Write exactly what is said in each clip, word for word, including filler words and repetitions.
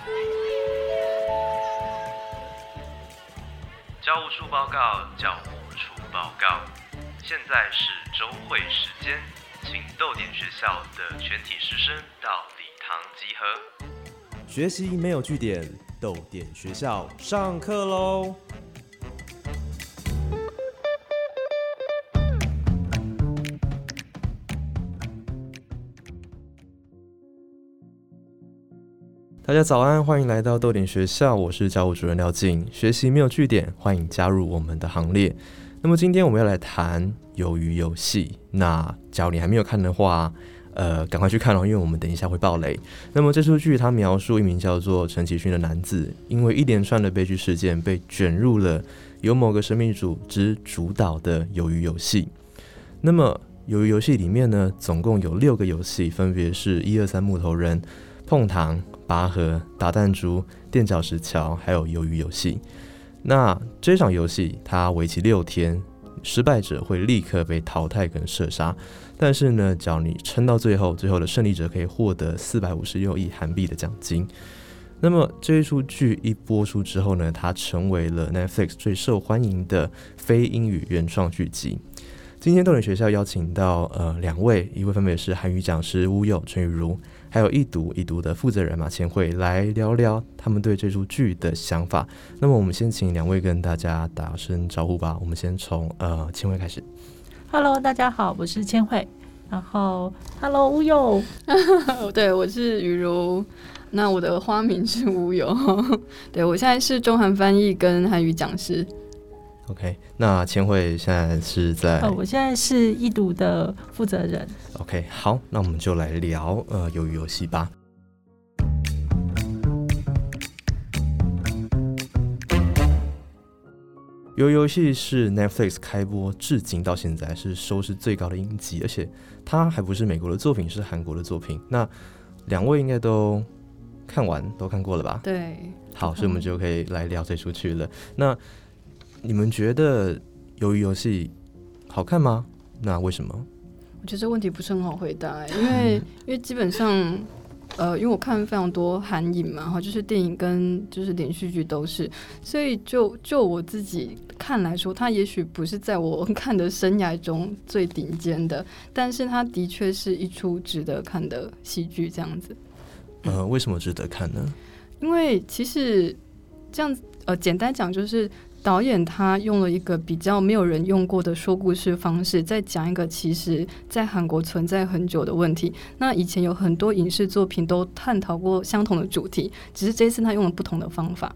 教务处报告，教务处报告。现在是周会时间，请逗点学校的全体师生到礼堂集合。 学习没有据点，逗点学校上课喽！大家早安，欢迎来到逗点学校，我是教务主任廖静。学习没有据点，欢迎加入我们的行列。那么今天我们要来谈鱿鱼游戏。那假如你还没有看的话，呃，赶快去看哦，因为我们等一下会爆雷。那么这出剧它描述一名叫做陈其勋的男子，因为一连串的悲剧事件被卷入了由某个神秘组织主导的鱿鱼游戏。那么鱿鱼游戏里面呢，总共有六个游戏，分别是一二三木头人、碰糖、拔河、打弹珠、垫脚石桥，还有鱿鱼游戏。那这场游戏它为期六天，失败者会立刻被淘汰跟射杀。但是呢，只要你撑到最后，最后的胜利者可以获得四百五十六亿韩币的奖金。那么这一出剧一播出之后呢，它成为了 Netflix 最受欢迎的非英语原创剧集。今天逗点学校邀请到呃两位，一位分别是韩语讲师乌佑、陈雨如，还有一读一读的负责人马千惠，来聊聊他们对这出剧的想法。那么我们先请两位跟大家打声招呼吧。我们先从呃千惠开始。 Hello， 大家好，我是千惠。然后 Hello 乌佑， 对，我是雨如。那我的花名是乌佑。对，我现在是中韩翻译跟韩语讲师。 OK， 那千惠现在是在、 哦、我现在是一读的负责人。 OK， 好，那我们就来聊呃鱿鱼游戏吧。鱿鱼游戏是 Netflix 开播至今到现在是收视最高的影集，而且它还不是美国的作品，是韩国的作品。那两位应该都看完，都看过了吧？ 对。 好，所以我们就可以来聊这出剧了。那你们觉得鱿鱼游戏好看吗？那为什么？ 我觉得这问题不是很好回答，因为因为基本上，呃，因为我看非常多韩影嘛，就是电影跟就是连续剧都是，所以就就我自己看来说，它也许不是在我看的生涯中最顶尖的，但是它的确是一出值得看的戏剧，这样子。 呃，为什么值得看呢？ 因为其实这样，呃，简单讲就是。导演他用了一个比较没有人用过的说故事方式，在讲一个其实在韩国存在很久的问题。那以前有很多影视作品都探讨过相同的主题，只是这一次他用了不同的方法。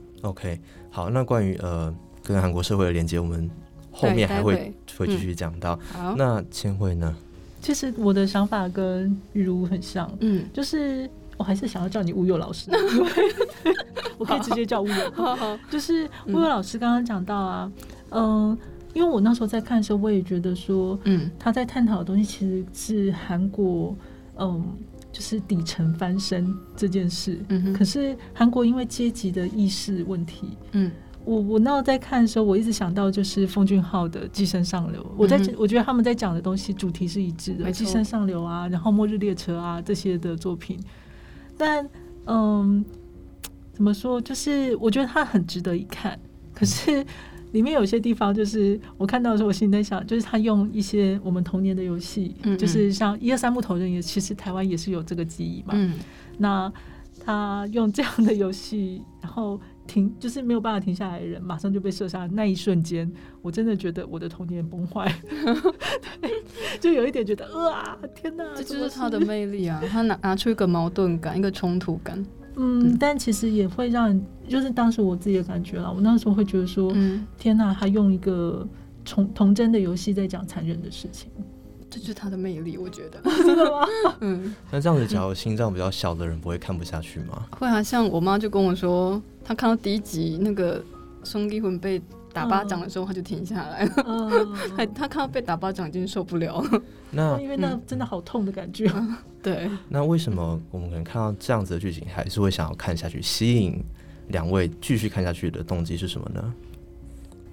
OK， 好，那关于呃跟韩国社会的连接，我们后面还会会继续讲到。嗯、那千惠呢？ 其实我的想法跟雨如很像，嗯，就是我还是想要叫你乌佑老师。我可以直接叫乌佑，就是乌佑老师刚刚讲到啊，嗯、呃，因为我那时候在看的时候，我也觉得说，嗯，他在探讨的东西其实是韩国，嗯，就是底层翻身这件事。嗯，可是韩国因为阶级的意识问题，嗯，我我那时候在看的时候，我一直想到就是奉俊昊的《寄生上流》，我在、嗯、我觉得他们在讲的东西主题是一致的，《寄生上流》啊，然后《末日列车》啊这些的作品，但嗯。怎么说？就是我觉得它很值得一看，可是里面有些地方，就是我看到的时候，我心里在想，就是他用一些我们童年的游戏，嗯嗯就是像一二三木头人也，其实台湾也是有这个记忆嘛。嗯、那他用这样的游戏，然后停，就是没有办法停下来的人，马上就被射杀的那一瞬间，我真的觉得我的童年崩坏，就有一点觉得，啊，天哪！ 这就是他的魅力啊，他拿拿出一个矛盾感，一个冲突感。 嗯，但其实也会让，就是当时我自己的感觉啦，我那时候会觉得说，嗯、天哪，他用一个童童真的游戏在讲残忍的事情， 这就是他的魅力，我觉得。 真的吗？ 嗯。 那这样子，假如心脏比较小的人，不会看不下去吗？ 会啊，像我妈就跟我说，她看到第一集那个宋基魂被打巴掌的时候，她就停下来了。嗯。她看到被打巴掌已经受不了了。 那因为那真的好痛的感觉。 嗯对， 那为什么我们可能看到这样子的剧情，还是会想要看下去？吸引两位继续看下去的动机是什么呢？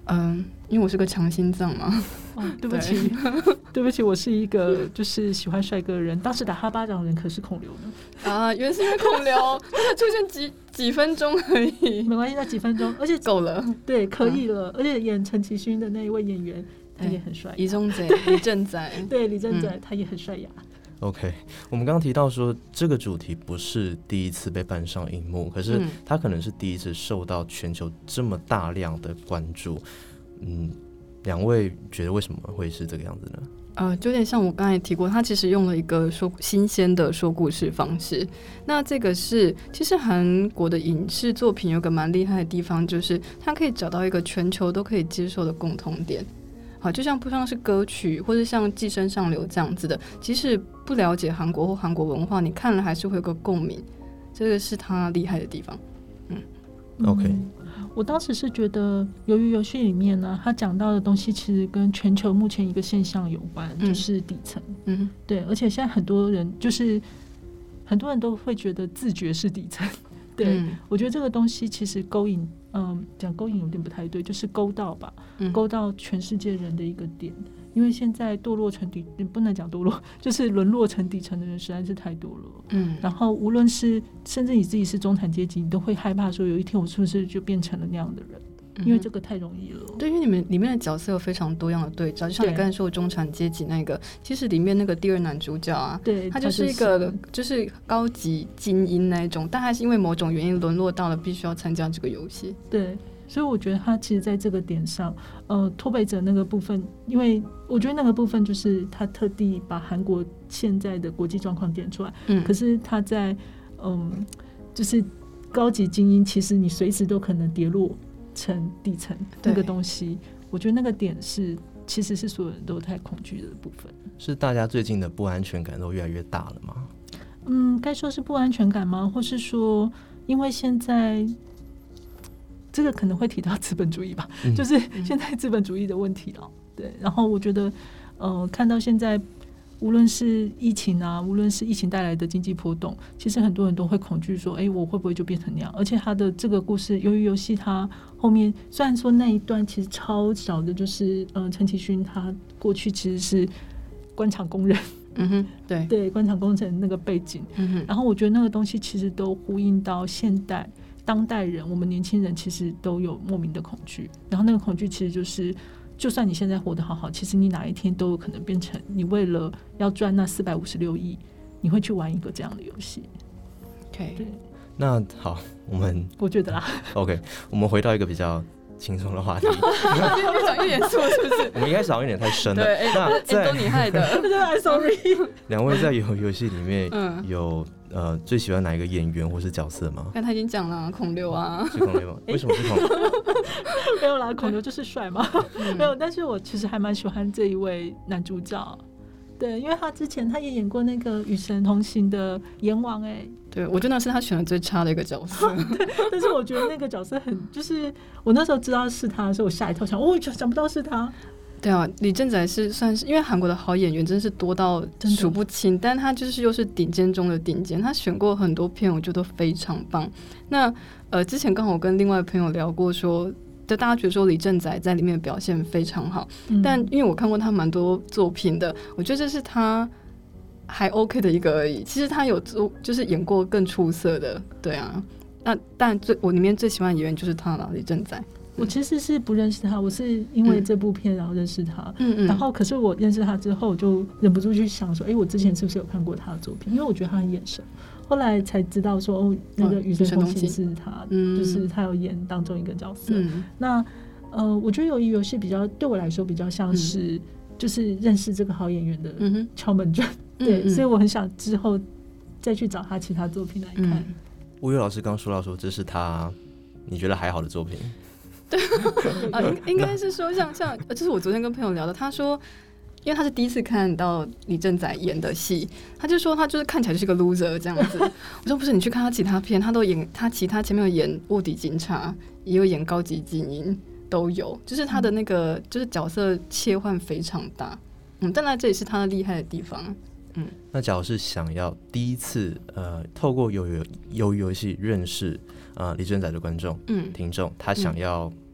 嗯，因为我是个强心脏嘛。 哦，对不起，对不起，我是一个就是喜欢帅哥的人。当时打他巴掌的人可是孔刘呢。 啊，原来是因为孔刘，他出现几几分钟而已， 没关系，那几分钟，而且够了， 对，可以了。嗯、而且演陈其勋的那一位演员，他也很帅。 李宗宰，李正宰， 对，李正宰、嗯、他也很帅呀。 OK， 我们刚刚提到说这个主题不是第一次被搬上荧幕，可是它可能是第一次受到全球这么大量的关注。嗯，两位觉得为什么会是这个样子呢？ 呃，就有点像我刚才提过，他其实用了一个说新鲜的说故事方式。那这个是其实韩国的影视作品有个蛮厉害的地方，就是它可以找到一个全球都可以接受的共同点。好，就像不像是歌曲或者像寄生上流这样子的，即使不了解韩国或韩国文化，你看了还是会有个共鸣，这个是他厉害的地方。嗯 OK， 嗯，我当时是觉得鱿鱼游戏里面呢，他讲到的东西其实跟全球目前一个现象有关，嗯、就是底层。嗯，对，而且现在很多人就是很多人都会觉得自觉是底层。对、嗯，我觉得这个东西其实勾引，嗯，讲勾引有点不太对，就是勾到吧，嗯、勾到全世界人的一个点。因为现在堕落成底，不能讲堕落，就是沦落成底层的人实在是太多了。嗯，然后无论是甚至你自己是中产阶级，你都会害怕说有一天我是不是就变成了那样的人。因为这个太容易了。 对，因为你们里面的角色有非常多样的对照，就像你刚才说的中产阶级那个，其实里面那个第二男主角啊，对，他就是一个就是高级精英那一种，但他是因为某种原因沦落到了必须要参加这个游戏。 对，所以我觉得他其实在这个点上，呃，脱北者那个部分，因为我觉得那个部分就是他特地把韩国现在的国际状况点出来，嗯，可是他在嗯，就是高级精英，其实你随时都可能跌落成底层那个东西，我觉得那个点是其实是所有人都太恐惧的部分。 是大家最近的不安全感都越来越大了吗？ 嗯，该说是不安全感吗？或是说因为现在这个可能会提到资本主义吧、嗯、就是现在资本主义的问题了。对，然后我觉得呃，看到现在无论是疫情啊，无论是疫情带来的经济波动，其实很多人都会恐惧说，哎，我会不会就变成那样？而且他的这个故事，鱿鱼游戏，他后面虽然说那一段其实超少的，就是呃，陈其勋他过去其实是官场工人， 嗯哼，对对，官场工程那个背景，嗯哼，然后我觉得那个东西其实都呼应到现代当代人，我们年轻人其实都有莫名的恐惧，然后那个恐惧其实就是。就算你现在活得好好，其实你哪一天都有可能变成你为了要赚那四百五十六亿，你会去玩一个这样的游戏。 OK， 对。 那好，我们我觉得啦。 OK， 我们回到一个比较轻松的话题。 越讲越严肃，是不是？ 我们一开始好像有点太深了。 对， 那在都你害的。 I'm sorry。 两位在游游戏里面有、嗯、呃最喜欢哪一个演员或是角色吗？ 但他已经讲了，孔刘啊。 是孔刘吗？为什么是孔刘？ 没有啦，孔刘就是帅嘛、嗯。没有，但是我其实还蛮喜欢这一位男主角。对，因为他之前他也演过那个《与神同行》的阎王哎、欸。 对，我觉得那是他选的最差的一个角色。 对，但是我觉得那个角色很，就是我那时候知道是他的时候，我吓一跳，想哦，想不到是他。 对啊，李正宰是算是因为韩国的好演员真是多到数不清，但他就是又是顶尖中的顶尖，他选过很多片，我觉得都非常棒。那呃，之前刚好我跟另外朋友聊过说。就大家觉得说李正宰在里面的表现非常好、嗯、但因为我看过他蛮多作品的，我觉得这是他还 OK 的一个而已，其实他有做就是演过更出色的。对啊，那但最我里面最喜欢的演员就是他了，李正宰。 我其实是不认识他，我是因为这部片然后认识他，嗯嗯，然后可是我认识他之后，我就忍不住去想说，哎、欸，我之前是不是有看过他的作品？因为我觉得他很眼熟，后来才知道说，哦，那个《与神同行》是他、嗯，就是他有演当中一个角色。嗯、那呃，我觉得鱿鱼游戏比较对我来说比较像是、嗯、就是认识这个好演员的敲门砖、嗯，对、嗯，所以我很想之后再去找他其他作品来看。嗯、 乌悠老师刚说到说这是他你觉得还好的作品。 对啊，应该是说像像，就是我昨天跟朋友聊的，他说，因为他是第一次看到李正宰演的戏，他就说他就是看起来就是个 loser 这样子。我说不是，你去看他其他片，他都演，他其他前面有演卧底警察，也有演高级精英，都有，就是他的那个、嗯、就是角色切换非常大。嗯，但那这也是他的厉害的地方。嗯， 那假如是想要第一次呃透过鱿鱼鱿鱼游戏认识呃李正宰的观众、嗯、听众，他想要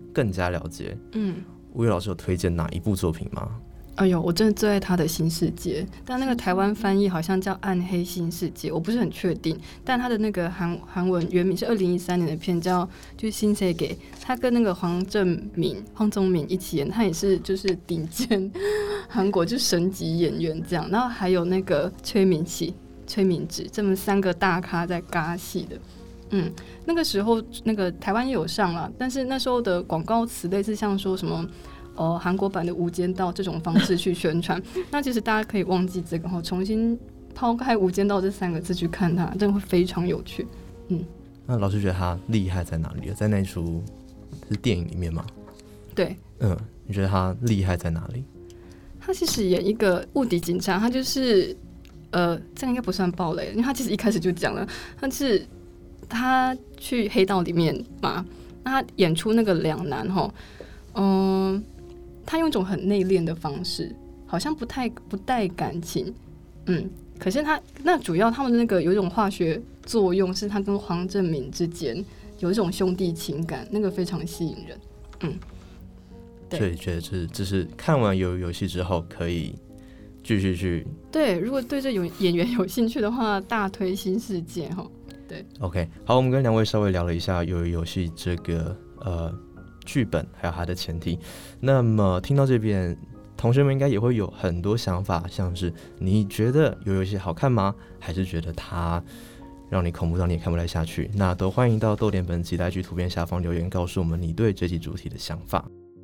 更加了解， 嗯， 吴越老师有推荐哪一部作品吗？ 哎呦，我真的最爱他的新世界，但那个台湾翻译好像叫暗黑新世界，我不是很确定。但他的那个韩韩文原名是二零一三年的片，叫就是新世界，他跟那个黄正明、黄宗明一起演，他也是就是顶尖韩国就是神级演员这样。然后还有那个崔明熙、崔明植，这么三个大咖在尬戏的。嗯，那个时候那个台湾也有上了，但是那时候的广告词类似像说什么。呃，韩国版的《无间道》这种方式去宣传，那其实大家可以忘记这个后，重新抛开“无间道”这三个字去看它，真的会非常有趣。嗯， 那老师觉得他厉害在哪里？在那一出是电影里面吗？ 对， 嗯，你觉得他厉害在哪里？ 他其实演一个卧底警察，他就是呃，这样应该不算暴雷，因为他其实一开始就讲了，他是他去黑道里面嘛，那他演出那个两难哈，嗯、呃。他用一种很内敛的方式，好像不太不带感情，嗯，可是他那主要他们的那个有一种化学作用，是他跟黄正明之间有一种兄弟情感，那个非常吸引人，嗯， 所以觉得这这是看完游游戏之后可以继续去对，如果对这有演员有兴趣的话，大推新世界哈，对 ，OK， 好，我们跟两位稍微聊了一下游游戏这个呃。剧本还有它的前提，那么听到这边，同学们应该也会有很多想法，像是你觉得游游戏好看吗？还是觉得它让你恐怖到你也看不太下去？那都欢迎到豆点本集的I G图片下方留言，告诉我们你对这集主题的想法。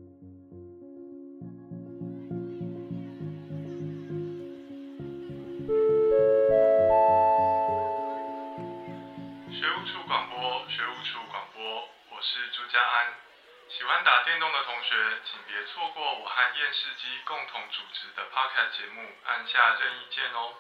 学务处广播，学务处广播，我是朱家安。喜欢打电动的同学，请别错过我和验视机共同主持的 Podcast 节目，按下任意键哦。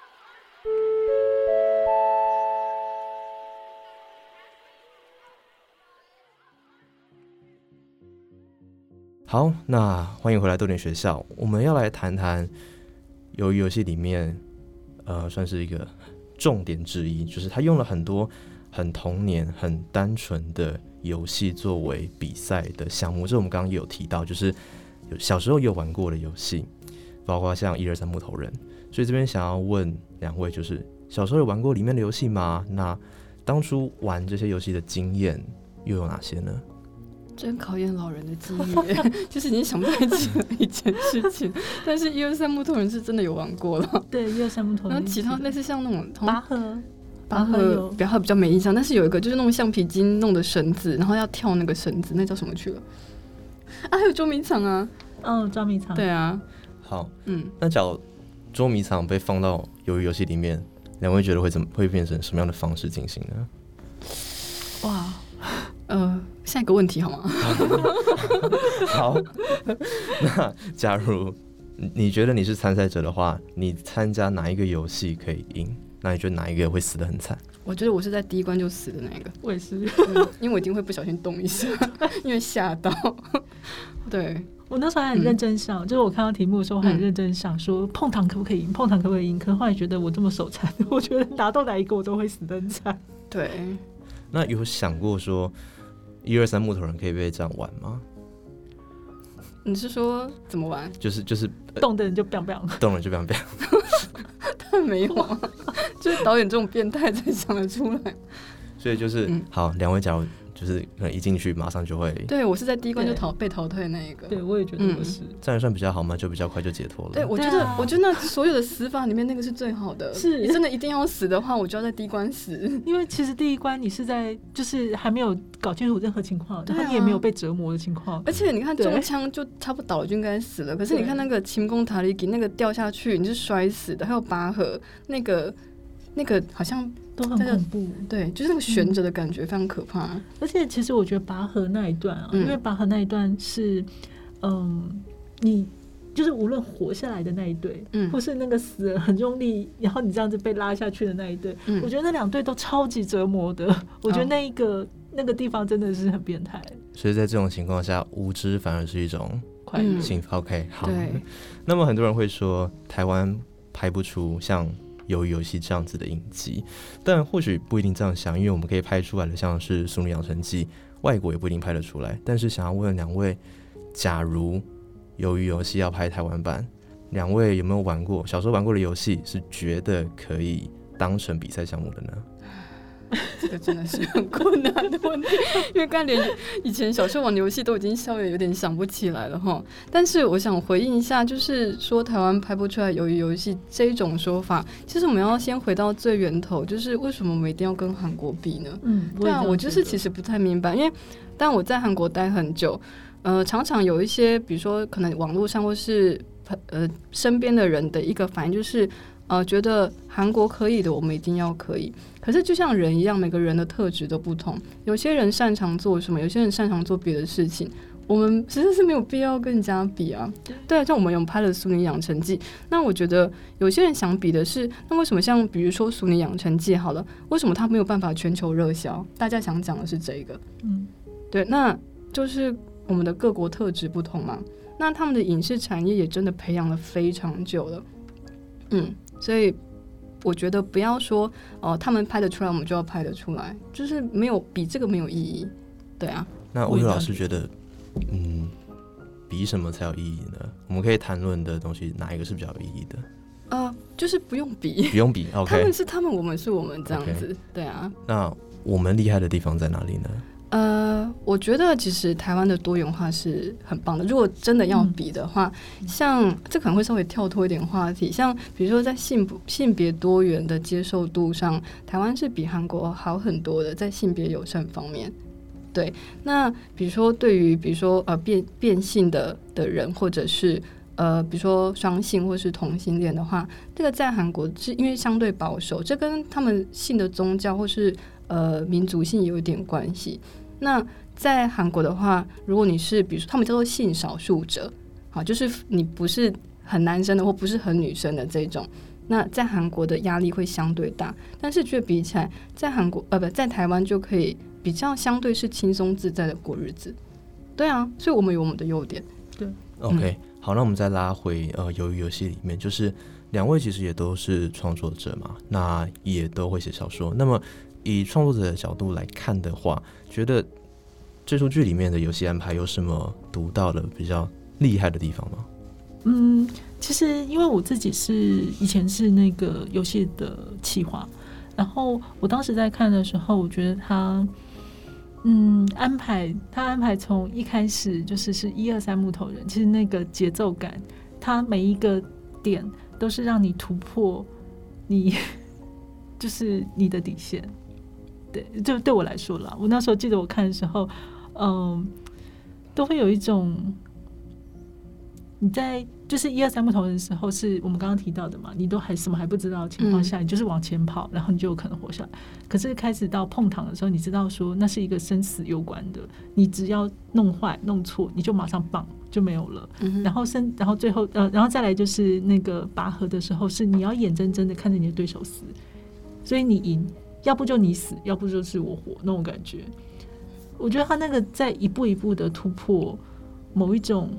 好，那欢迎回来豆点学校，我们要来谈谈鱿鱼游戏里面，呃，算是一个重点之一，就是他用了很多很童年、很单纯的游戏作为比赛的项目，这我们刚刚也有提到，就是有小时候也有玩过的游戏，包括像一二三木头人。所以这边想要问两位，就是小时候有玩过里面的游戏吗？那当初玩这些游戏的经验又有哪些呢？ 真考验老人的记忆，就是已经想不太起了一件事情。但是一二三木头人是真的有玩过了， 对，一二三木头人。 然后其他类似像那种拔河。 拔河拔河比较没印象，但是有一个就是那种橡皮筋弄的绳子，然后要跳那个绳子，那叫什么去了？啊，还有捉迷藏啊， 嗯，捉迷藏， 对啊。 好，嗯，那假如捉迷藏被放到鱿鱼游戏里面，两位觉得会怎么会变成什么样的方式进行呢？ 哇，呃，下一个问题好吗？ 好，那假如你觉得你是参赛者的话，你参加哪一个游戏可以赢？那你觉得哪一个会死得很惨？ 我觉得我是在第一关就死的那一个。 我也是、 嗯，因为我一定会不小心动一下，因为吓到。对， 我那时候还很认真想、嗯，就是我看到题目的时候还很认真想说、嗯、碰糖可不可以赢，碰糖可不可以赢？可是后来觉得我这么手残，我觉得拿到哪一个我都会死得很惨。 对， 那有想过说一二三木头人可以被这样玩吗？ 你是说怎么玩？ 就是就是、 呃、动的人就 biang biang， 动了就 biang biang。 但没有啊，就是导演这种变态才想得出来。 所以就是、嗯、好，两位假如就是可能一进去马上就会， 对我是在第一关就淘被淘汰那一个。 对，我也觉得我是、嗯、 这样算比较好吗？就比较快就解脱了。 对，我觉得、啊、我觉得那所有的死法里面那个是最好的。是你真的一定要死的话，我就要在第一关死， 因为其实第一关你是在就是还没有搞清楚任何情况，然后你也没有被折磨的情况， 而且你看中枪就差不多就应该死了，可是你看那个秦宫塔里吉那个掉下去你是摔死的，还有拔河那个那个好像都很恐怖， 对，就是那个悬着的感觉非常可怕、嗯。 而且其实我觉得拔河那一段啊，嗯、因为拔河那一段是，嗯，你就是无论活下来的那一队，嗯，或是那个死了很用力，然后你这样子被拉下去的那一队，嗯，我觉得那两队都超级折磨的。我觉得那一个、哦、那个地方真的是很变态。 所以在这种情况下，无知反而是一种快乐。 幸福 OK， 好。那么很多人会说，台湾拍不出像鱿鱼游戏这样子的影集，但或许不一定这样想，因为我们可以拍出来的像是《俗女养成记》，外国也不一定拍得出来。但是想要问两位，假如鱿鱼游戏要拍台湾版，两位有没有玩过小时候玩过的游戏是觉得可以当成比赛项目的呢？ 这个真的是很困难的问题，因为刚才连以前小时候玩的游戏都已经稍微有点想不起来了哈。但是我想回应一下，就是说台湾拍不出来鱿鱼游戏这一种说法，其实我们要先回到最源头，就是为什么我们一定要跟韩国比呢？嗯，对啊，我就是其实不太明白，因为但我在韩国待很久，呃，常常有一些，比如说可能网络上或是呃身边的人的一个反应就是。呃，觉得韩国可以的，我们一定要可以。可是就像人一样，每个人的特质都不同。有些人擅长做什么，有些人擅长做别的事情。我们实在是没有必要跟人家比啊。对啊，像我们有拍了《俗女养成记》，那我觉得有些人想比的是，那为什么像比如说《俗女养成记》好了，为什么它没有办法全球热销？大家想讲的是这个。嗯，对，那就是我们的各国特质不同嘛。那他们的影视产业也真的培养了非常久了。嗯。所以我觉得不要说哦、呃，他们拍得出来，我们就要拍得出来，就是没有比这个没有意义，对啊。 那吴宇老师觉得，嗯，比什么才有意义呢？我们可以谈论的东西，哪一个是比较有意义的？ 呃，就是不用比， 不用比 ，OK。 他们是他们，我们是我们，这样子， okay. 对啊。 那我们厉害的地方在哪里呢？ 呃，我觉得其实台湾的多元化是很棒的。如果真的要比的话，嗯、像这可能会稍微跳脱一点话题，像比如说在性性别多元的接受度上，台湾是比韩国好很多的，在性别友善方面。对，那比如说对于比如说呃变变性的的人，或者是呃比如说双性或是同性恋的话，这个在韩国是因为相对保守，这跟他们信的宗教或是呃民族性有一点关系。那在韩国的话，如果你是比如说他们叫做性少数者，好，就是你不是很男生的或不是很女生的这种，那在韩国的压力会相对大，但是却比起来在韩国呃不在台湾就可以比较相对是轻松自在的过日子。对啊，所以我们有我们的优点。对 ，OK，、嗯、好，那我们再拉回呃鱿鱼游戏里面，就是两位其实也都是创作者嘛，那也都会写小说，那么以创作者的角度来看的话，觉得这出剧里面的游戏安排有什么独到的比较厉害的地方吗？ 嗯，其实因为我自己是以前是那个游戏的企划，然后我当时在看的时候，我觉得他嗯安排他安排从一开始就是是一二三木头人，其实那个节奏感，他每一个点都是让你突破你就是你的底线。对，就对我来说啦，我那时候记得我看的时候，嗯，都会有一种你在就是一二三木头人的时候，是我们刚刚提到的嘛，你都还什么还不知道的情况下，嗯、你就是往前跑，然后你就有可能活下来。可是开始到碰糖的时候，你知道说那是一个生死攸关的，你只要弄坏弄错，你就马上棒就没有了。嗯、然后生，然后最后呃，然后再来就是那个拔河的时候，是你要眼睁睁的看着你的对手死，所以你赢。要不就你死，要不就是我活，那种感觉。我觉得他那个在一步一步的突破某一种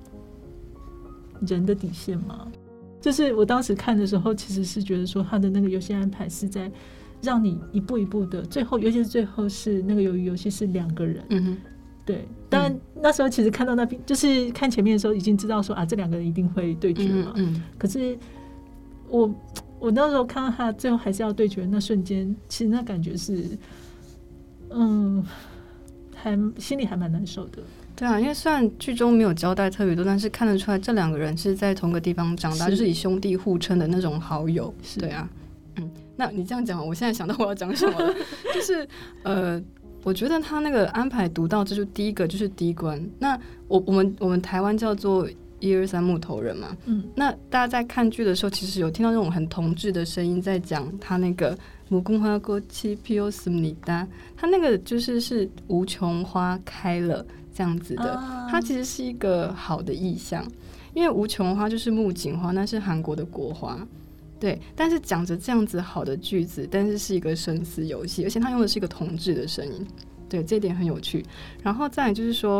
人的底线嘛，就是我当时看的时候，其实是觉得说他的那个游戏安排是在让你一步一步的，最后尤其是最后是那个鱿鱼游戏是两个人，嗯哼，对。当然那时候其实看到那边，就是看前面的时候已经知道说啊，这两个人一定会对决嘛，嗯嗯，可是我。我那时候看到他最后还是要对决的那瞬间，其实那感觉是，嗯，还心里还蛮难受的。 对啊，因为虽然剧中没有交代特别多，但是看得出来这两个人是在同个地方长大，是就是以兄弟互称的那种好友。对啊，嗯，那你这样讲，我现在想到我要讲什么了，就是呃，我觉得他那个安排独到，这就第一个就是第一关。那我我们我们台湾叫做。一二三木头人嘛，嗯，那大家在看剧的时候，其实有听到那种很童稚的声音在讲他那个무궁화 꽃이 피었습니다，他那个就是是无穷花开了这样子的，它其实是一个好的意象，因为无穷花就是木槿花，那是韩国的国花，对，但是讲着这样子好的句子，但是是一个生死游戏，而且他用的是一个童稚的声音，对，这一点很有趣。然后再来就是说。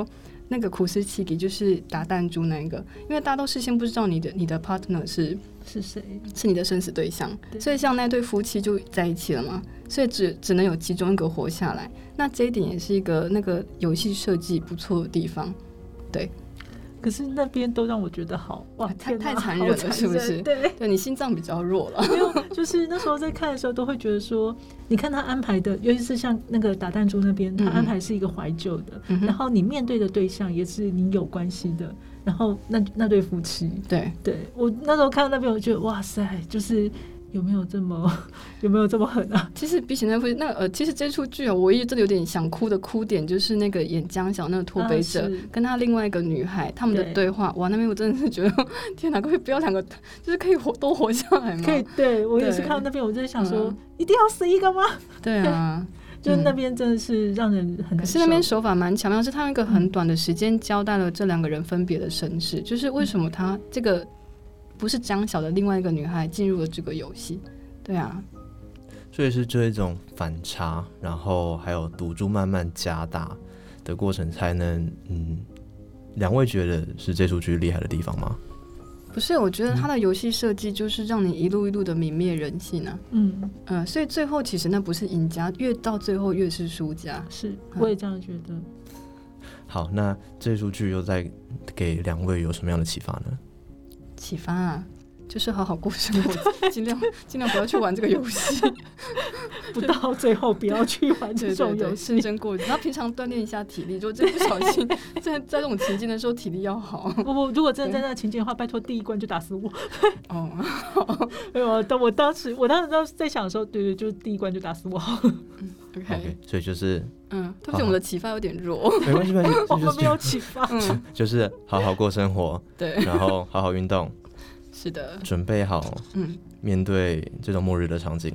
那个苦斯奇给就是打弹珠那个，因为大家都事先不知道你的你的 partner 是是谁， 是你的生死对象，所以像那对夫妻就在一起了嘛，所以只只能有其中一个活下来。那这一点也是一个那个游戏设计不错的地方，对。 可是那边都让我觉得好哇， 太太残忍了，是不是？ 对， 对你心脏比较弱了。 没有，就是那时候在看的时候，都会觉得说，你看他安排的，尤其是像那个打弹珠那边，他安排是一个怀旧的，嗯、然后你面对的对象也是你有关系的，然后那那对夫妻， 对对，我那时候看到那边，我觉得哇塞，就是。有没有这么有没有这么狠啊？ 其实比起那部那呃，其实这出剧啊，我一直真的有点想哭的哭点，就是那个演江小那个脱北者、啊、跟他另外一个女孩他们的对话，哇，那边我真的是觉得天哪，可以不要两个，就是可以活都活下来吗？ 可以，对我也是看到那边，我就想说，嗯、一定要死一个吗？ 对啊。 就那边真的是让人很难受、嗯、可是那边手法蛮巧妙，是他用一个很短的时间交代了这两个人分别的身世、嗯，就是为什么他这个不是江小的另外一个女孩进入了这个游戏。对啊， 所以是这一种反差，然后还有赌注慢慢加大的过程，才能嗯，两位觉得是这出剧厉害的地方吗？ 不是，我觉得他的游戏设计就是让你一路一路的泯灭人性啊。嗯呃，所以最后其实那不是赢家，越到最后越是输家。 是，我也这样觉得。 好，那这出剧又在给两位有什么样的启发呢？ 启发啊，就是好好过生活，尽量尽量不要去玩这个游戏， 不到最后不要去玩这种游戏， 认真过。然后平常锻炼一下体力，就真不小心在在这种情境的时候体力要好。 不不，如果真的在那个情境的话，拜托第一关就打死我。哦，没有，当我当时我当时当时在想的时候，对对，就是第一关就打死我。 嗯 okay. OK， 所以就是嗯，对不起，我们的启发有点弱。 没关系，没关系， 我们没有启发， 嗯，就是好好过生活， 对， 然后好好运动。 是的， 准备好，嗯，面对这种末日的场景，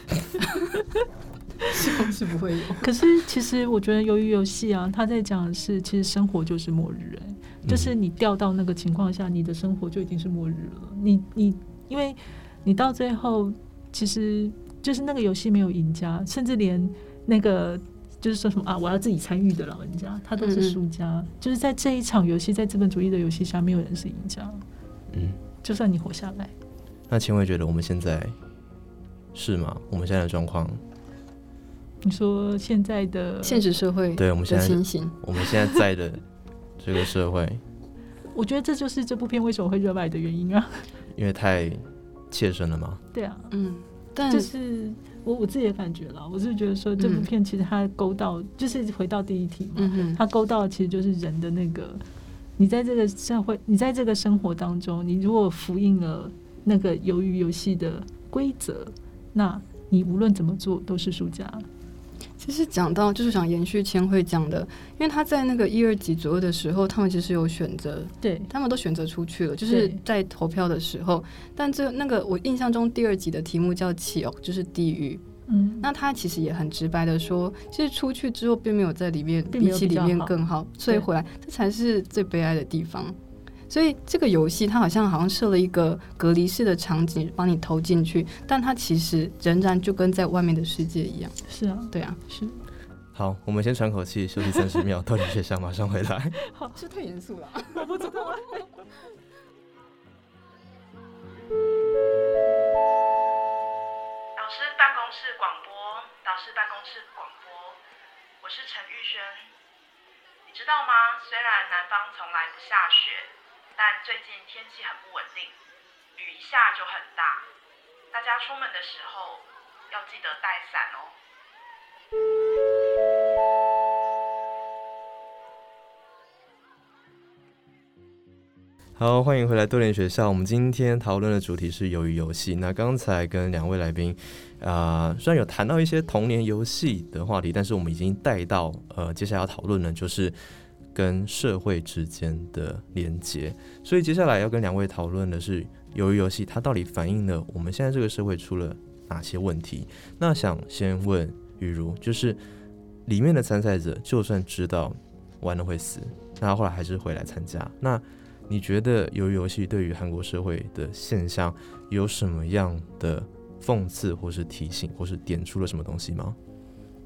是是不会有。 可是其实我觉得，鱿鱼游戏啊，他在讲的是，其实生活就是末日、欸，就是你掉到那个情况下，你的生活就已经是末日了。你你，因为你到最后，其实就是那个游戏没有赢家，甚至连那个就是说什么啊，我要自己参与的老人家，他都是输家、嗯。就是在这一场游戏，在资本主义的游戏下，没有人是赢家。嗯。就算你活下来， 那千惠觉得我们现在是吗？我们现在的状况， 你说现在的现实社会， 对我们现在我们现在在的这个社会， 我觉得这就是这部片为什么会热卖的原因啊，因为太切身了吗？ 对啊，嗯，但就是我我自己的感觉啦，我是觉得说这部片其实它勾到，嗯、就是回到第一题嘛，嗯、它勾到的其实就是人的那个。你在这个社会，你在这个生活当中，你如果符应了那个鱿鱼游戏的规则，那你无论怎么做都是输家。 其实讲到就是想延续千惠讲的，因为他在那个一二集左右的时候，他们其实有选择， 对他们都选择出去了，就是在投票的时候。但这那个我印象中第二集的题目叫起哦，就是地狱。嗯，那他其实也很直白的说，其实出去之后并没有在里面比起里面更好，所以回来这才是最悲哀的地方。所以这个游戏它好像好像设了一个隔离式的场景帮你投进去，但它其实仍然就跟在外面的世界一样。 是啊， 对啊， 是。 好，我们先喘口气，休息三十秒，到底学校马上回来。 好，这太严肃了， 我不知道。 导师办公室广播，导师办公室广播，我是陈玉轩。你知道吗？虽然南方从来不下雪，但最近天气很不稳定，雨一下就很大，大家出门的时候要记得带伞哦。 好，欢迎回来多联学校。我们今天讨论的主题是鱿鱼游戏。那刚才跟两位来宾，啊、呃，虽然有谈到一些童年游戏的话题，但是我们已经带到呃，接下来要讨论的就是跟社会之间的连结。所以接下来要跟两位讨论的是鱿鱼游戏，它到底反映了我们现在这个社会出了哪些问题？那想先问雨茹，就是里面的参赛者就算知道玩了会死，那后来还是回来参加，那你觉得鱿鱼游戏对于韩国社会的现象有什么样的讽刺或是提醒或是点出了什么东西吗？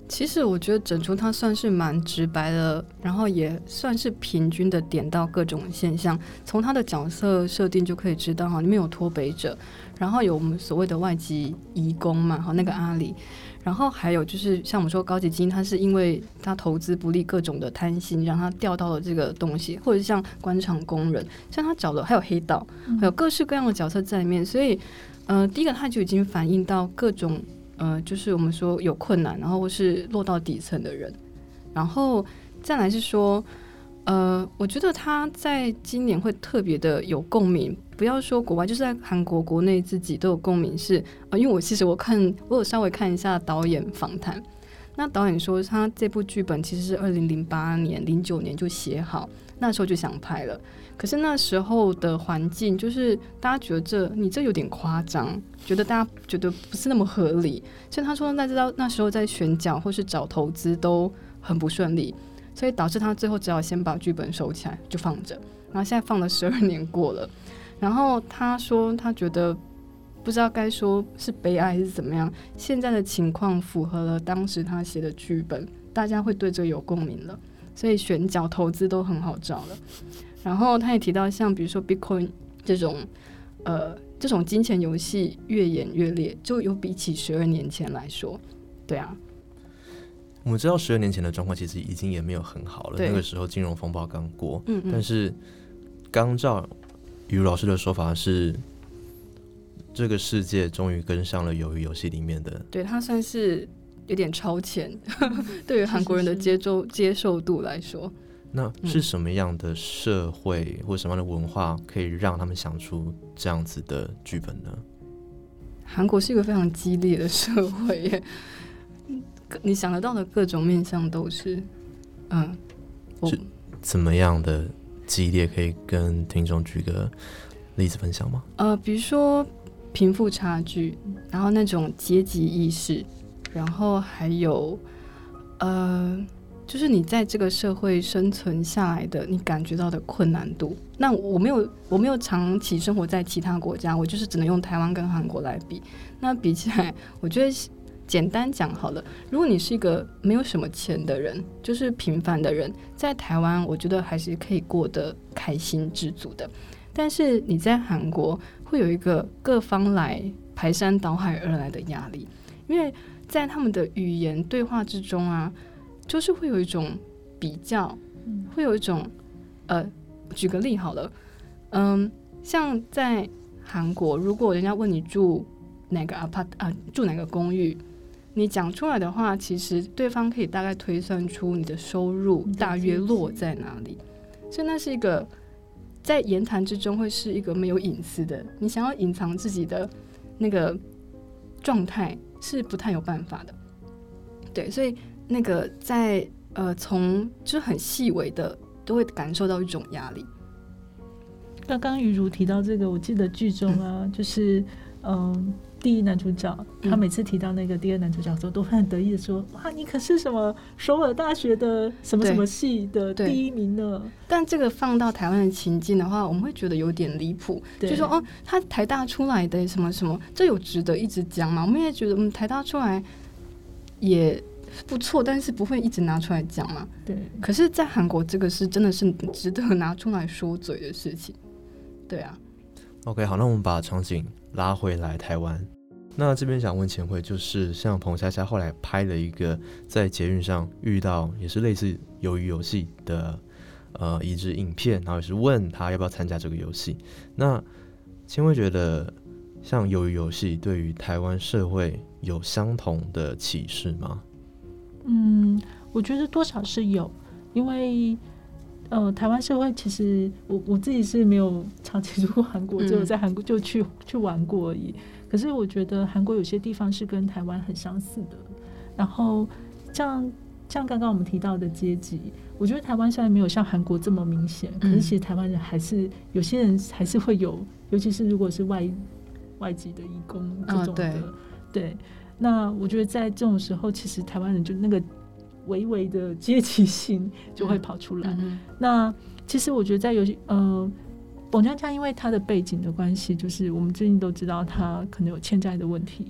其实我觉得整出它算是蛮直白的，然后也算是平均的点到各种现象。从它的角色设定就可以知道哈，里面有脱北者，然后有我们所谓的外籍移工嘛，哈，那个阿里，然后还有就是像我们说高级精英，他是因为他投资不利，各种的贪心让他掉到了这个东西，或者是像官场工人，像他找了还有黑道，还有各式各样的角色在里面，所以呃，第一个他就已经反映到各种。呃，就是我们说有困难，然后或是落到底层的人，然后再来是说，呃，我觉得他在今年会特别的有共鸣。不要说国外，就是在韩国国内自己都有共鸣是。呃，因为我其实我看我有稍微看一下导演访谈，那导演说他这部剧本其实是二零零八年、零九年就写好，那时候就想拍了。可是那时候的环境就是大家觉得这你这有点夸张，觉得大家觉得不是那么合理，所以他说那知道那时候在选角或是找投资都很不顺利，所以导致他最后只好先把剧本收起来就放着，然后现在放了十二年过了，然后他说他觉得不知道该说是悲哀还是怎么样，现在的情况符合了当时他写的剧本，大家会对这个有共鸣了，所以选角投资都很好找了。然后他也提到像比如说 Bitcoin 这种呃这种金钱游戏越演越烈，就有比起十二年前来说，对啊， 我们知道十二年前的状况其实已经也没有很好了，那个时候金融风暴刚过，嗯嗯，但是刚照于老师的说法是，这个世界终于跟上了鱿鱼游戏里面的， 对，它算是有点超前，对于韩国人的接受接受度来说。 那是什么样的社会或什么样的文化可以让他们想出这样子的剧本呢？ 韩国是一个非常激烈的社会耶，你想得到的各种面向都是，嗯， 是怎么样的激烈？可以跟听众举个例子分享吗？ 呃，比如说贫富差距，然后那种阶级意识，然后还有呃。就是你在这个社会生存下来的，你感觉到的困难度。那我没有，我没有长期生活在其他国家，我就是只能用台湾跟韩国来比。那比起来，我觉得简单讲好了，如果你是一个没有什么钱的人，就是平凡的人，在台湾，我觉得还是可以过得开心知足的。但是你在韩国会有一个各方来排山倒海而来的压力，因为在他们的语言对话之中啊。就是会有一种比较，会有一种呃，举个例好了，嗯，像在韩国，如果人家问你住哪个 apart 啊，住哪个公寓，你讲出来的话，其实对方可以大概推算出你的收入大约落在哪里，所以那是一个在言谈之中会是一个没有隐私的，你想要隐藏自己的那个状态是不太有办法的，对，所以。那个在呃，从就是很细微的都会感受到一种压力。 刚刚于如提到这个，我记得剧中啊，嗯、就是嗯，第一男主角他每次提到那个第二男主角的时候，都会很得意的说：“哇，你可是什么首尔大学的什么什么系的第一名呢？” 但这个放到台湾的情境的话，我们会觉得有点离谱，就说哦，他台大出来的什么什么，这有值得一直讲吗？我们也觉得，嗯，台大出来也。不错，但是不会一直拿出来讲嘛。 对。 可是，在韩国，这个是真的是值得拿出来说嘴的事情。对啊。 OK， 好，那我们把场景拉回来台湾。那这边想问千惠，就是像彭夏夏后来拍了一个在捷运上遇到也是类似鱿鱼游戏的呃一支影片，然后也是问他要不要参加这个游戏。那千惠觉得，像鱿鱼游戏对于台湾社会有相同的启示吗？ 嗯，我觉得多少是有，因为呃，台湾社会其实我我自己是没有长期住过韩国，只有在韩国就去去玩过而已。可是我觉得韩国有些地方是跟台湾很相似的。然后像像刚刚我们提到的阶级，我觉得台湾虽然没有像韩国这么明显，可是其实台湾人还是有些人还是会有，尤其是如果是外外籍的移工这种的，哦、对。对那我觉得在这种时候，其实台湾人就那个微微的阶级性就会跑出来。嗯嗯、那其实我觉得在游戏，呃，彭佳佳因为他的背景的关系，就是我们最近都知道他可能有欠债的问题。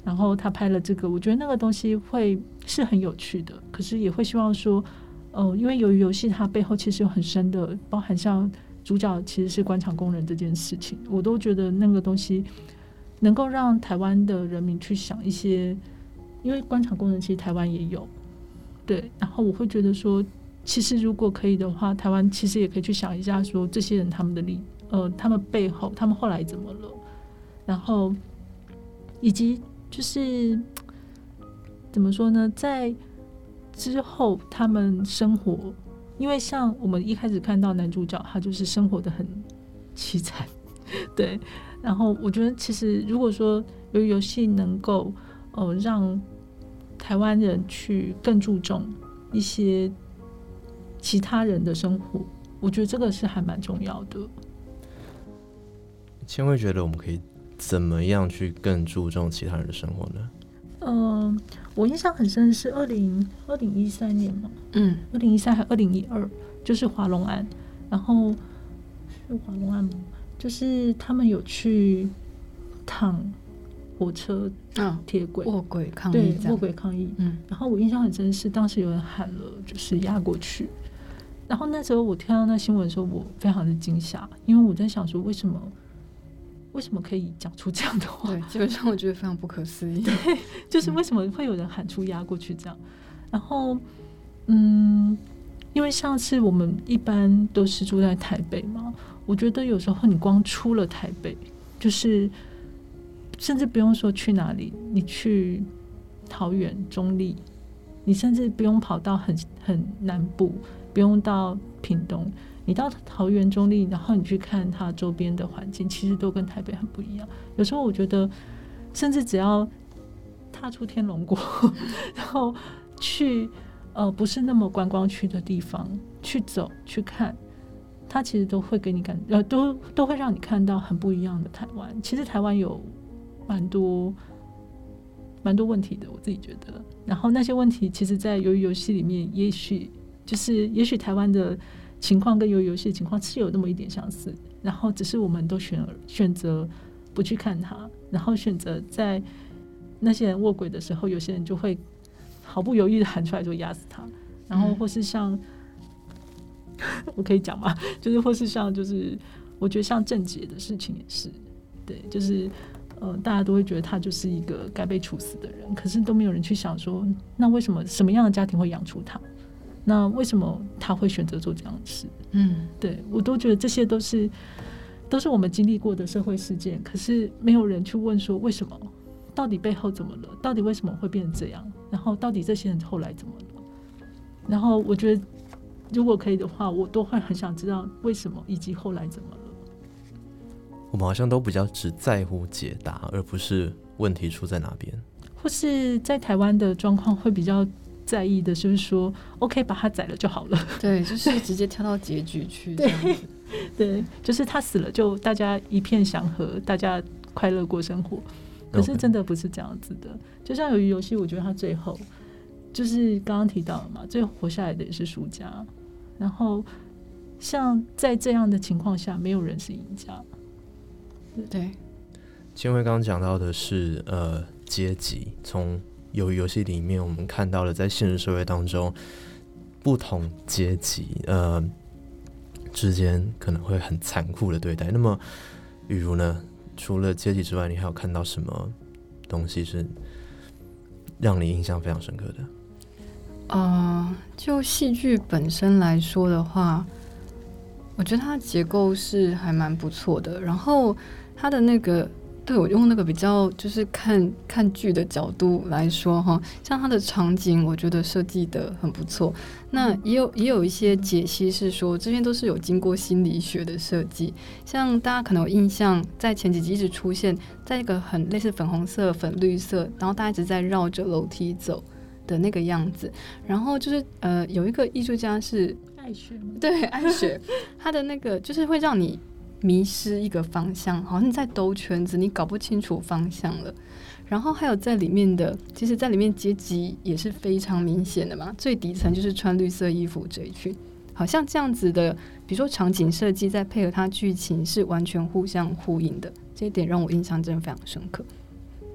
然后他拍了这个，我觉得那个东西会是很有趣的，可是也会希望说，呃，因为由于游戏它背后其实有很深的，包含像主角其实是官场工人这件事情，我都觉得那个东西能够让台湾的人民去想一些，因为官场工人其实台湾也有，对，然后我会觉得说，其实如果可以的话，台湾其实也可以去想一下说，这些人他们的历，呃，他们背后他们后来怎么了，然后以及就是怎么说呢，在之后他们生活，因为像我们一开始看到男主角他就是生活的很凄惨，对，然后我觉得其实如果说有游戏能够呃让台湾人去更注重一些其他人的生活，我觉得这个是还蛮重要的。 千惠觉得我们可以怎么样去更注重其他人的生活呢？ 嗯、呃，我印象很深的是二零二零一三年嘛， 嗯， 二零一三还二零一二，就是华龙案，然后是华龙案吗？就是他们有去躺火车铁轨、 卧轨抗议， 对，卧轨抗议。 嗯， 然后我印象很深是当时有人喊了，就是压过去。然后那时候我听到那新闻的时候，我非常的惊吓，因为我在想说，为什么为什么可以讲出这样的话？ 对，基本上我觉得非常不可思议。 对，就是为什么会有人喊出压过去这样？然后，嗯，因为上次我们一般都是住在台北嘛，我觉得有时候你光出了台北，就是甚至不用说去哪里，你去桃园、中立，你甚至不用跑到很很南部，不用到屏东。你到桃园中立，然后你去看它周边的环境，其实都跟台北很不一样。有时候我觉得，甚至只要踏出天龙国，然后去呃不是那么观光区的地方去走去看，它其实都会给你感呃都都会让你看到很不一样的台湾。其实台湾有蛮多蛮多问题的，我自己觉得。然后那些问题，其实在鱿鱼游戏里面，也许就是也许台湾的情况跟鱿鱼游戏的情况是有那么一点相似，然后只是我们都选选择不去看它，然后选择在那些人卧轨的时候，有些人就会毫不犹豫的喊出来就压死他，然后或是像、嗯、我可以讲吗？就是或是像就是我觉得像郑捷的事情也是，对，就是呃大家都会觉得他就是一个该被处死的人，可是都没有人去想说，那为什么什么样的家庭会养出他？那为什么他会选择做这样的事？ 嗯， 对，我都觉得这些都是都是我们经历过的社会事件，可是没有人去问说为什么，到底背后怎么了？到底为什么会变成这样？然后到底这些人后来怎么了？然后我觉得如果可以的话，我都会很想知道为什么以及后来怎么了。 我们好像都比较只在乎解答，而不是问题出在哪边， 或是在台湾的状况会比较在意的就是说 OK 把他宰了就好了， 对，就是直接跳到结局去这样子。 对，就是他死了就大家一片祥和，大家快乐过生活。可是真的不是这样子的，就像鱿鱼游戏，我觉得他最后就是刚刚提到了嘛，最后活下来的也是输家，然后像在这样的情况下，没有人是赢家。 对， 千惠刚刚讲到的是呃阶级，从鱿鱼游戏里面我们看到了在现实社会当中不同阶级呃之间可能会很残酷的对待。那么雨如呢，除了阶级之外，你还有看到什么东西是让你印象非常深刻的？ 呃，就戏剧本身来说的话，我觉得它的结构是还蛮不错的，然后它的那个对，我用那个比较就是看看剧的角度来说哈，像它的场景，我觉得设计的很不错。那也有也有一些解析是说，这边都是有经过心理学的设计。像大家可能有印象，在前几集一直出现在一个很类似粉红色、粉绿色，然后大家一直在绕着楼梯走的那个样子。然后就是呃，有一个艺术家是爱雪吗？ 对，爱雪，他的那个就是会让你迷失一个方向，好像你在兜圈子，你搞不清楚方向了。然后还有在里面的，其实在里面阶级也是非常明显的嘛，最底层就是穿绿色衣服这一群，好像这样子的，比如说场景设计再配合它剧情是完全互相呼应的，这一点让我印象真的非常深刻。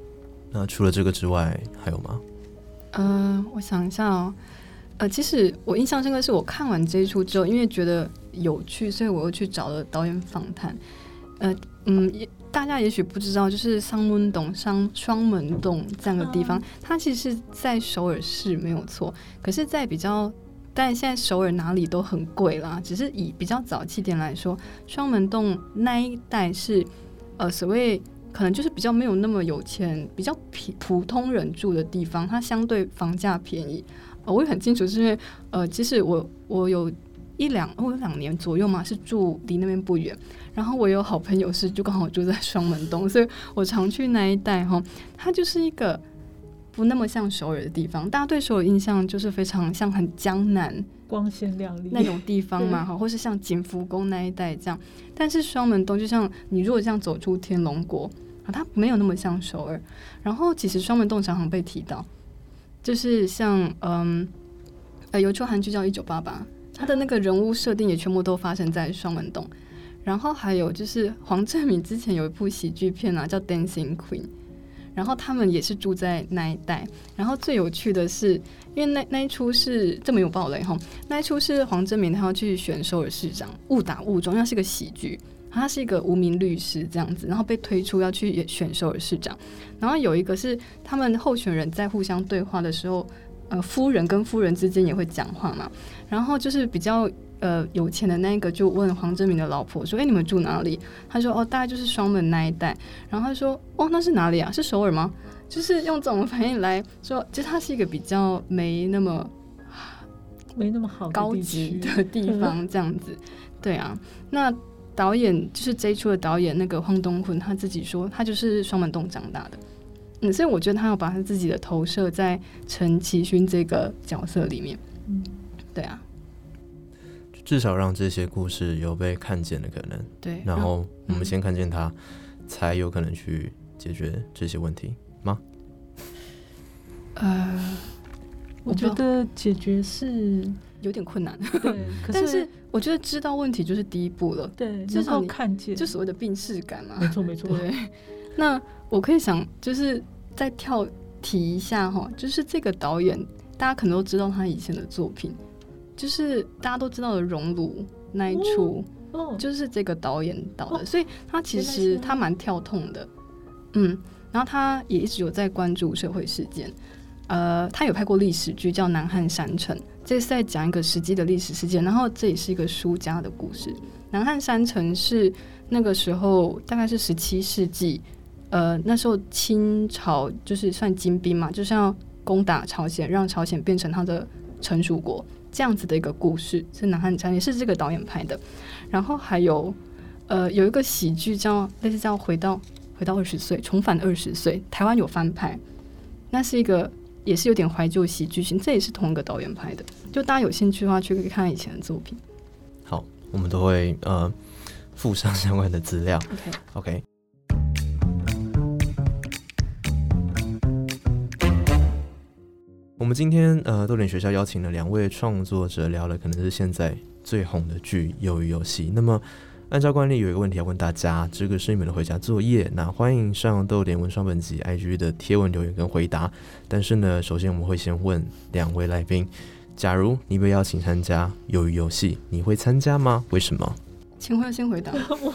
那除了这个之外还有吗？ 呃，我想一下哦，呃，其实我印象深刻是我看完这一出之后，因为觉得有趣，所以我又去找了导演访谈。呃，嗯，大家也许不知道，就是상문동双双门洞这样的地方，嗯、它其实是在首尔市没有错，可是，在比较，但现在首尔哪里都很贵啦。只是以比较早期点来说，双门洞那一带是呃所谓。可能就是比较没有那么有钱，比较普通人住的地方，它相对房价便宜。呃、我也很清楚，是因为呃，其实我我有一两我有两年左右嘛，是住离那边不远。然后我有好朋友是就刚好住在双门洞，所以我常去那一带哈。它就是一个不那么像首尔的地方，大家对首尔印象就是非常像很江南。 光鲜亮丽那种地方嘛，或是像景福宫那一带这样。但是双门洞就像你如果这样走出天龙国啊，它没有那么像首尔。然后其实双门洞常常被提到，就是像嗯呃有一出韩剧叫一九八八，它的那个人物设定也全部都发生在双门洞。然后还有就是黄正敏之前有一部喜剧片啊，叫 Dancing Queen， 然后他们也是住在那一带。然后最有趣的是，因为那那一出是这么有暴雷哈，那一出是黄正明他要去选首尔市长，误打误撞，那是个喜剧，他是一个无名律师这样子，然后被推出要去选首尔市长。然后有一个是他们候选人在互相对话的时候，呃，夫人跟夫人之间也会讲话嘛，然后就是比较呃有钱的那一个就问黄正明的老婆说：“哎，你们住哪里？”他说：“哦，大概就是双门那一带。”然后他说：“哦，那是哪里啊？是首尔吗？”就是用这种反应来说，其实它是一个比较没那么没那么好高级的地方，这样子。对啊，那导演就是这一出的导演那个황东훈他自己说，他就是双门洞长大的。嗯，所以我觉得他要把他自己的投射在陈其勋这个角色里面。嗯，对啊， 至少让这些故事有被看见的可能。 对， 然后我们先看见他，嗯、才有可能去解决这些问题吗？ 呃， 我觉得解决是有点困难。 对，可是但是我觉得知道问题就是第一步了。 对， 至少你看见， 就所谓的病识感嘛。 没错，没错。 对，那我可以想，就是再跳提一下哈，就是这个导演，大家可能都知道他以前的作品，就是大家都知道的《熔炉》那一出，哦，就是这个导演导的，哦，所以他其实他蛮跳痛的，嗯，然后他也一直有在关注社会事件。呃，他有拍过历史剧叫《南汉山城》，这是在讲一个实际的历史事件，然后这也是一个书家的故事。南汉山城是那个时候大概是十七世纪，呃，那时候清朝就是算金兵嘛，就是要攻打朝鲜，让朝鲜变成他的臣属国，这样子的一个故事，是南汉山，也是这个导演拍的。然后还有呃有一个喜剧叫类似叫回到回到二十岁，重返二十岁，台湾有翻拍，那是一个。也是有点怀旧喜剧型，这也是同一个导演拍的。就大家有兴趣的话，去可以看以前的作品。 好，我们都会呃附上相关的资料。 OK OK。 我们今天呃豆点学校邀请了两位创作者，聊了可能是现在最红的剧《鱿鱼游戏》。那么按照惯例，有一个问题要问大家，这个是你们的回家作业。那欢迎上豆点文创本集 I G 的贴文留言跟回答。但是呢，首先我们会先问两位来宾，假如你被邀请参加鱿鱼游戏，你会参加吗？为什么？ 请会先回答。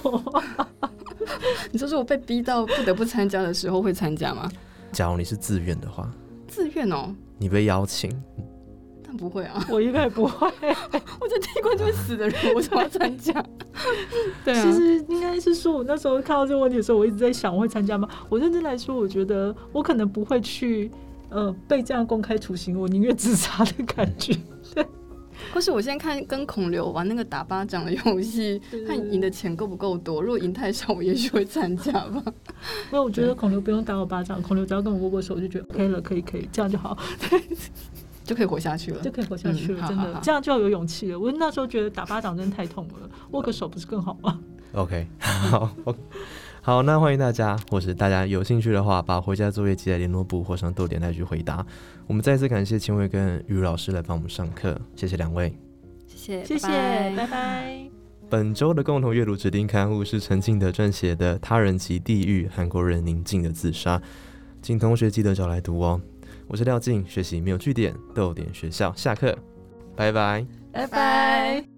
你说是我被逼到不得不参加的时候会参加吗？ 假如你是自愿的话。 自愿哦。 你被邀请。 不会啊， 我应该不会。 我这第一关就会死的人，我怎么要参加？对啊， 其实应该是说，我那时候看到这个问题的时候，我一直在想，我会参加吗？我认真来说，我觉得我可能不会去，呃，被这样公开处刑，我宁愿自杀的感觉。对。 或是我现在看跟孔刘玩那个打巴掌的游戏，看赢的钱够不够多。如果赢太少，我也许会参加吧。 因为我觉得孔刘不用打我巴掌，孔刘只要跟我握握手，我就觉得 OK 了，可以可以，这样就好。 就可以活下去了， 就可以活下去了， 嗯、 真的， 好好好这样就要有勇气了。我那时候觉得打巴掌真的太痛了，握个手不是更好吗 ？OK， 好，好，那欢迎大家，或是大家有兴趣的话，把回家作业寄在联络簿或上豆点来去回答。我们再次感谢千惠跟于老师来帮我们上课，谢谢两位， 谢谢， 谢谢，拜拜。 本周的共同阅读指定刊物是陈敬德撰写的《他人及地狱：韩国人宁静的自杀》。 请同学记得找来读哦。我是廖静，学习没有据点，逗点学校，下课，拜拜， 拜拜。